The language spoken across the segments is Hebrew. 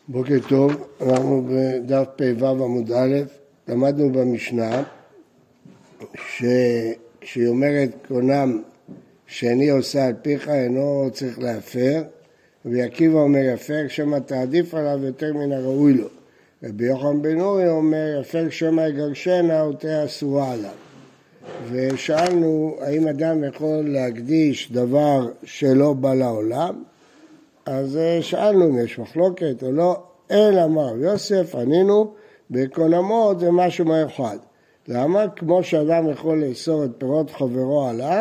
בוקר טוב, אנחנו בדף פ"ו עמוד א', למדנו במשנה שכשהיא אומרת קונם שאני עושה על פיך אינו צריך להפר, רבי עקיבא אומר יפר כשמה תעדיף עליו יותר מן הראוי לו. רבי יוחנן בן נורי אומר יפר כשמה יגרשנה או תהיה אסורה עליו. ושאלנו האם אדם יכול להקדיש דבר שלא בא לעולם, אז שאלנו אם יש מחלוקת או לא. אלא אמר יוסף, ענינו, בקונמות זה משהו מיוחד. למה? כמו שאדם יכול לאסור את פירות חברו עליו,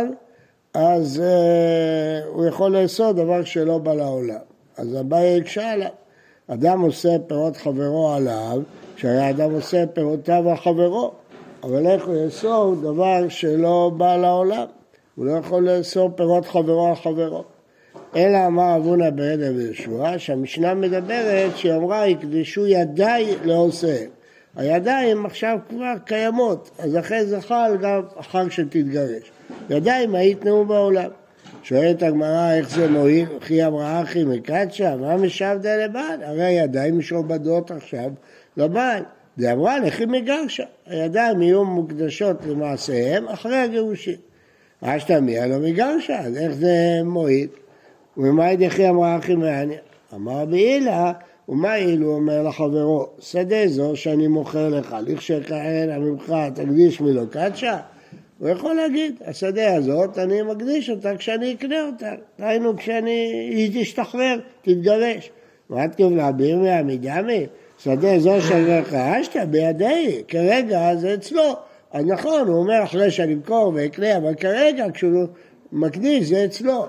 אז הוא יכול לאסור דבר שלא בא לעולם. אז אביי יקשה עליו. אדם עושה פירות חברו עליו, כשהיה אדם עושה פירותיו על חברו. אבל איך הוא יאסור דבר שלא בא לעולם? הוא לא יכול לאסור פירות חברו על חברו. אלא אמר אבונה ברדה וישוע, שהמשנה מדברת שהיא אמרה יקדשו ידיי לעושיהם. הידיים עכשיו כבר קיימות, אז אחרי זה חל גם אחר שתתגרש. ידיים היתנו בעולם. שואלת הגמרא איך זה מועיל, אחי אמרה אחי מקדשה, מה משבדה לבעל? הרי הידיים משועבדות עכשיו לבעל. זה אמרה לכי מגרשה, הידיים יהיו מוקדשות למעשיהם אחרי הגירושים. אשתמיה לא מגרשה, אז איך זה מועיל? ומה ידחי אמרה אחי מעניין? אמר בעילה, ומה אילו אומר לחברו, שדה זו שאני מוכר לך, לכשכהן ממך תקדיש מלא קדשה? הוא יכול להגיד, השדה הזאת אני מקדיש אותה כשאני אקנה אותה, ראינו כשאני תשתחרר, תתגרש. מה תקבלה בימי המדמי? שדה זו שאני רכשת בידי, כרגע זה אצלו. אז נכון, הוא אומר אחרי שאני אמכור ואקנה, אבל כרגע כשהוא מקדיש זה אצלו.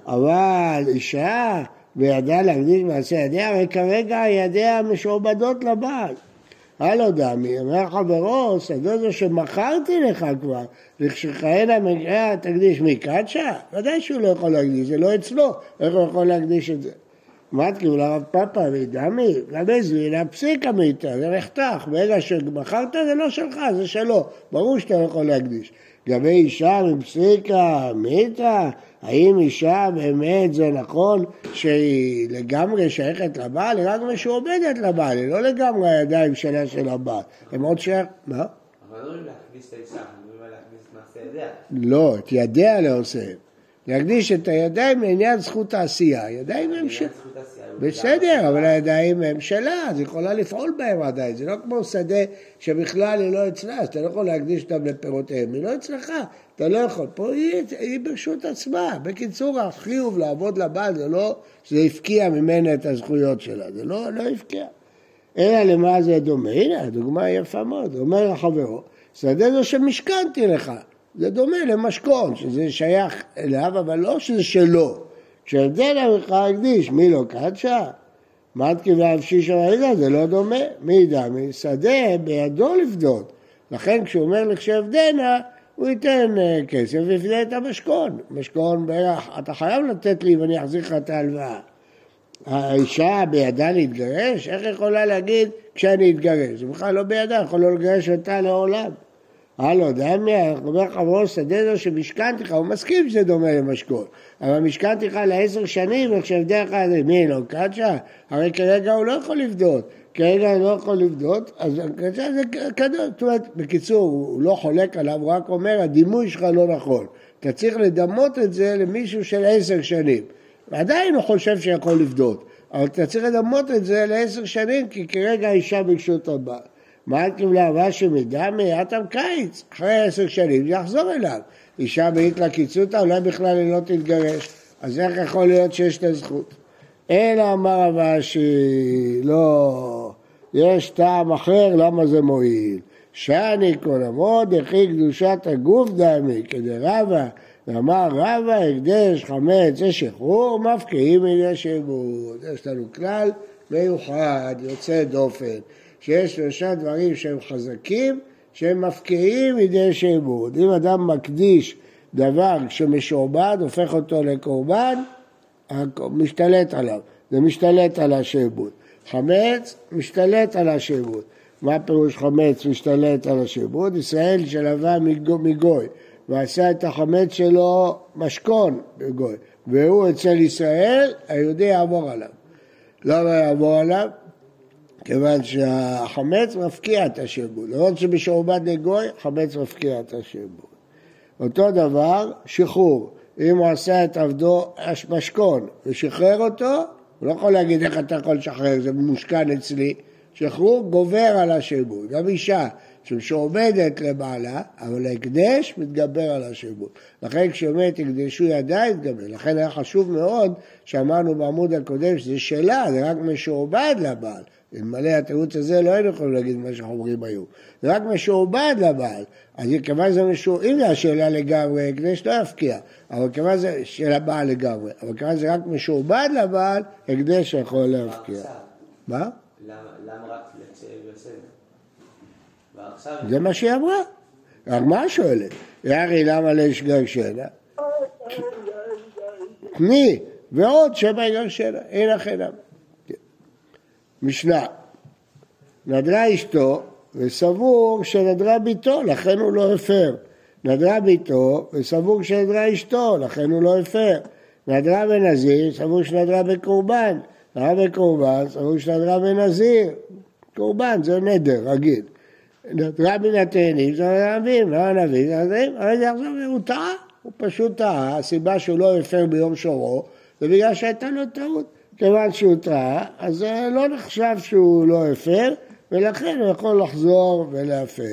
אבל אישה בידה להקדיש מעשה ידיה, הרי כרגע ידיה משועבדות לבעל. הלא דמי, אומר חברו, שדה זו שמכרתי לך כבר, לכשכהן המקרה תקדיש מקדשה? ודאי שהוא לא יכול להקדיש, זה לא אצלו, איך הוא יכול להקדיש את זה? מה תקראו לרב פאפה ודמי? גבי זלילה פסיקה מאיתה, זה נחתך, ברגע שמכרת זה לא שלך, זה שלו, ברור שאתה לא יכול להקדיש. גבי אישה מפסיקה מאיתה, האם אישה באמת זה נכון שהיא לגמרי שייכת לבעל? היא רק משועבדת לבעל, היא לא לגמרי הידיים שלה של הבעל. הם עוד שייך... מה? אבל לא יכולים להקדיש את האישה, הם יכולים להקדיש את מעשה ידיה. לא, את ידיה לא עושה. להקדיש את הידיים לעניין זכות העשייה. הידיים הם שלה. בסדר, אבל הידיים הם שלה, אז היא יכולה לפעול בהם עדיין. זה לא כמו שדה שבכלל היא לא אצלה, אז אתה לא יכול להקדיש אותם לפירותיהם. היא לא אצלך, אתה לא יכול. פה היא ברשות עצמה. בקיצור, החיוב לעבוד לבעל, זה לא שזה הפקיע ממנה את הזכויות שלה. זה לא הפקיע. אלא למה זה דומה? הנה, הדוגמה היא יפה מאוד. אומר החברו, שדה זו שמשכנתי לך. זה דומה למשכון, שזה שייך אליו, אבל לא שזה שלו. כשהבדל המלך הקדיש, מי לא קדשה? מתקי ואבשיש הרעידה, זה לא דומה. מי ידע? משדה בידו לפדות. לכן כשהוא אומר לכשהבדנה, הוא ייתן כסף ויפדה את המשכון. משכון בערך, אתה חייב לתת לי ואני אחזיר לך את ההלוואה. האישה בידה להתגרש? איך יכולה להגיד כשאני אתגרש? זה בכלל לא בידה, יכול לא לגרש אותה לעולם. הלו, דמיה, אומר חברו, שדה זו שמשכנתי לך, הוא מסכים שזה דומה למשכון, אבל משכנתי לך ל10 שנים, וכשהבדל לך, מי לא קדשה? הרי כרגע הוא לא יכול לבדות, כרגע הוא לא יכול לבדות, אז קדשה זה קדוש, זאת אומרת, בקיצור, הוא לא חולק עליו, הוא רק אומר, הדימוי שלך לא נכון, אתה צריך לדמות את זה למישהו של 10 שנים, ועדיין הוא חושב שיכול לבדות, אבל אתה צריך לדמות את זה ל10 שנים, כי כרגע האישה ברשות הבאה. מה קיבלה אהבה שמדמי? אתם קיץ, אחרי 10 שנים יחזור אליו. אישה בעית לקיצותה, אולי בכלל היא לא תתגרש, אז איך יכול להיות שיש את הזכות? אלא אמר אהבה שלא, יש טעם אחר, למה זה מועיל? שאני כל עמוד, הכי קדושת הגוף דמי, כדי רבה, ואמר רבה, הקדש, חמץ, זה שחרור, מפקיעים מידי שעבוד. יש לנו כלל מיוחד, יוצא דופן. שיש 3 דברים שהם חזקים, שהם מפקיעים מידי שעבוד. אם אדם מקדיש דבר שמשועבד, הופך אותו לקורבן, משתלט עליו. זה משתלט על השעבוד. חמץ, משתלט על השעבוד. מה פירוש חמץ משתלט על השעבוד? ישראל שלווה מגוי, ועשה את החמץ שלו משכון בגוי. והוא אצל ישראל, היהודי יעבור עליו. למה יעבור עליו? כיוון שהחמץ מפקיע את השעבוד. למרות שבשעובד לגוי, חמץ מפקיע את השעבוד. אותו דבר, שחרור. אם הוא עשה את עבדו משכון ושחרר אותו, הוא לא יכול להגיד איך אתה יכול לשחרר, זה מושכן אצלי. שחרור גובר על השעבוד. גם אישה שעומדת לבעלה, אבל ההקדש מתגבר על השעבוד. לכן כשאומרת הקדשו ידה יתגבר. לכן היה חשוב מאוד שאמרנו בעמוד הקודם שזה שלה, זה רק משועבד לבעל. אלמלא התירוץ הזה לא היינו יכולים להגיד מה שאנחנו אומרים היום. זה רק משועבד לבעל. אז כיוון זה משועבד, אם זה השאלה לגמרי, הקדש לא יפקיע. אבל כיוון זה של הבעל לגמרי. אבל כיוון זה רק משועבד לבעל, הקדש יכול להפקיע. מה? למה רק בסדר? זה מה שהיא אמרה. רק מה שואלת? ירי למה יש גרשנה? תני, ועוד שבע גרשנה, אין לכם. משנה, נדרה אשתו וסבור שנדרה ביתו, לכן הוא לא הפר. נדרה ביתו וסבור שנדרה אשתו, לכן הוא לא הפר. נדרה בנזיר, סבור שנדרה בקורבן. נדרה בקורבן, סבור שנדרה בנזיר. קורבן זה נדר, רגיל. נדרה מן התאנים, זה הנביאים, לא הנביאים, זה הנביאים. אבל זה עכשיו הוא טעה, הוא פשוט טעה. הסיבה שהוא לא הפר ביום שורו, זה בגלל שהייתה לו טעות. כיוון שהוא טעה, אז זה לא נחשב שהוא לא הפר, ולכן הוא יכול לחזור ולהפר.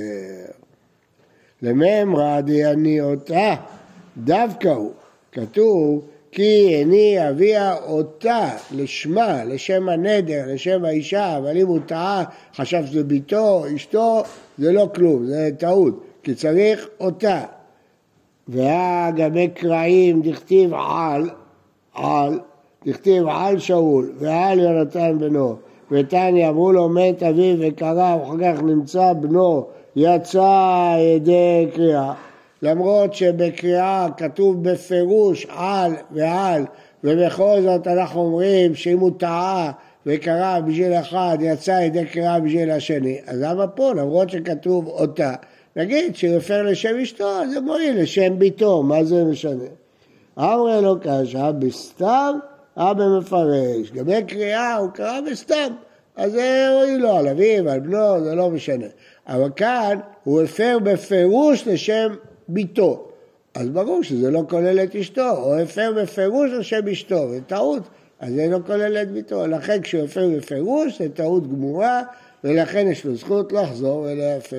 למאמרא דעני אותה, דווקא הוא, כתוב, כי עיני אביה אותה לשמה, לשם הנדר, לשם האישה, אבל אם הוא טעה, חשב שזה ביתו, אשתו, זה לא כלום, זה טעות, כי צריך אותה. והגבי קרעים דכתיב על, דכתיב על שאול ועל יונתן בנו, ותניא אמרו לו מת אביו וקרא, ואחר כך נמצא בנו, יצא ידי קריאה. למרות שבקריאה כתוב בפירוש על ועל, ובכל זאת אנחנו אומרים שאם הוא טעה וקרא בשביל אחד, יצא ידי קריאה בשביל השני. אז למה פה, למרות שכתוב אותה, נגיד שיופר לשם אשתו, זה מועיל לשם ביתו, מה זה משנה? אמרי לו קשה בסתם, אבא מפרש, גבי קריאה הוא קרא בסתם, אז זה הועיל לו על אביו, על בנו, זה לא משנה. אבל כאן הוא הפר בפירוש לשם ביתו, אז ברור שזה לא כולל את אשתו, או הפר בפירוש לשם אשתו, זה טעות, אז זה לא כולל את ביתו. לכן כשהוא הפר בפירוש, זה טעות גמורה, ולכן יש לו זכות לחזור ולהפר.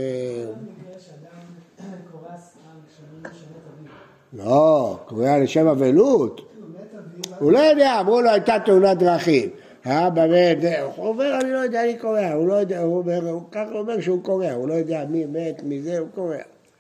לא, קורא לשם אבלות. הוא לא יודע, אמרו לו הייתה תאונת דרכים. באמת, הוא אומר, אני לא יודע, אני קורא, הוא לא יודע, הוא ככה אומר שהוא קורא, הוא לא יודע מי מת, מי זה, הוא קורא.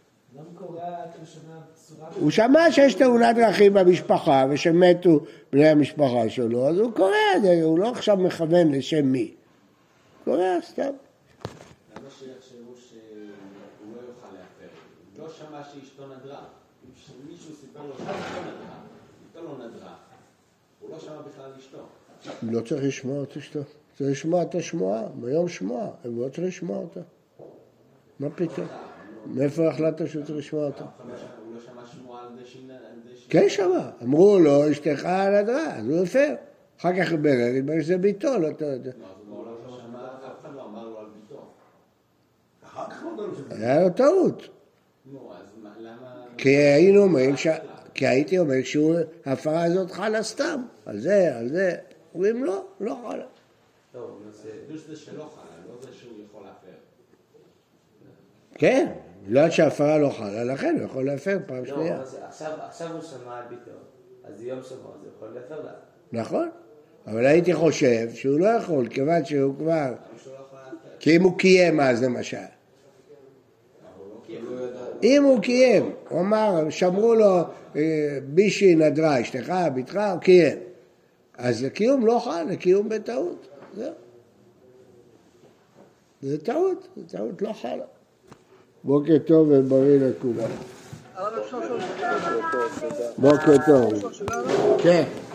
הוא שמע שיש תאונת דרכים במשפחה ושמתו בני המשפחה שלו, אז הוא קורא, הוא לא עכשיו מכוון לשם מי. הוא קורא סתם. למה שיחשבו שהוא לא יוכל להפר? הוא לא שמע שאשתו נדרה. מישהו סיפר לו שאשתו נדרה, אשתו לא נדרה. הוא לא שמע בכלל אשתו. לא צריך לשמוע את אשתו. צריך לשמוע את השמועה, ביום שמועה. הם לא צריך לשמוע אותה. מה פתאום? מאיפה החלטת שהוא צריך לשמוע אותה? הוא לא שמע שמועה על דשין? כן שמע. אמרו לו, אשתך נדרה, אז הוא הפר. אחר כך הוא ברר, התברר שזה ביתו, לא אתה יודע. הוא לא שמע, אף אחד לא אמר לו על ביתו. אחר כך לא אמרנו שזה... היה לו טעות. נו, אז למה... כי היינו אומרים, כי הייתי אומר שההפרה הזאת חלה סתם. על זה. אומרים לא, לא חלה. טוב, זה שלא חלה, לא זה שהוא יכול להפר. כן, לא שההפרה לא חלה, לכן הוא יכול להפר פעם שנייה. לא, עכשיו הוא שמע על ביתו, אז יום שבוע זה יכול להפר לה. נכון, אבל הייתי חושב שהוא לא יכול, כיוון שהוא כבר... כי אם הוא קיים אז למשל. אם הוא קיים, הוא אמר, שמרו לו בישי נדרה, אשתך, ביתך, הוא קיים. אז לקיום לא חל, לקיום בטעות. זהו. זה טעות לא חלה. בוקר טוב ובריא לכולם. בוקר טוב. כן.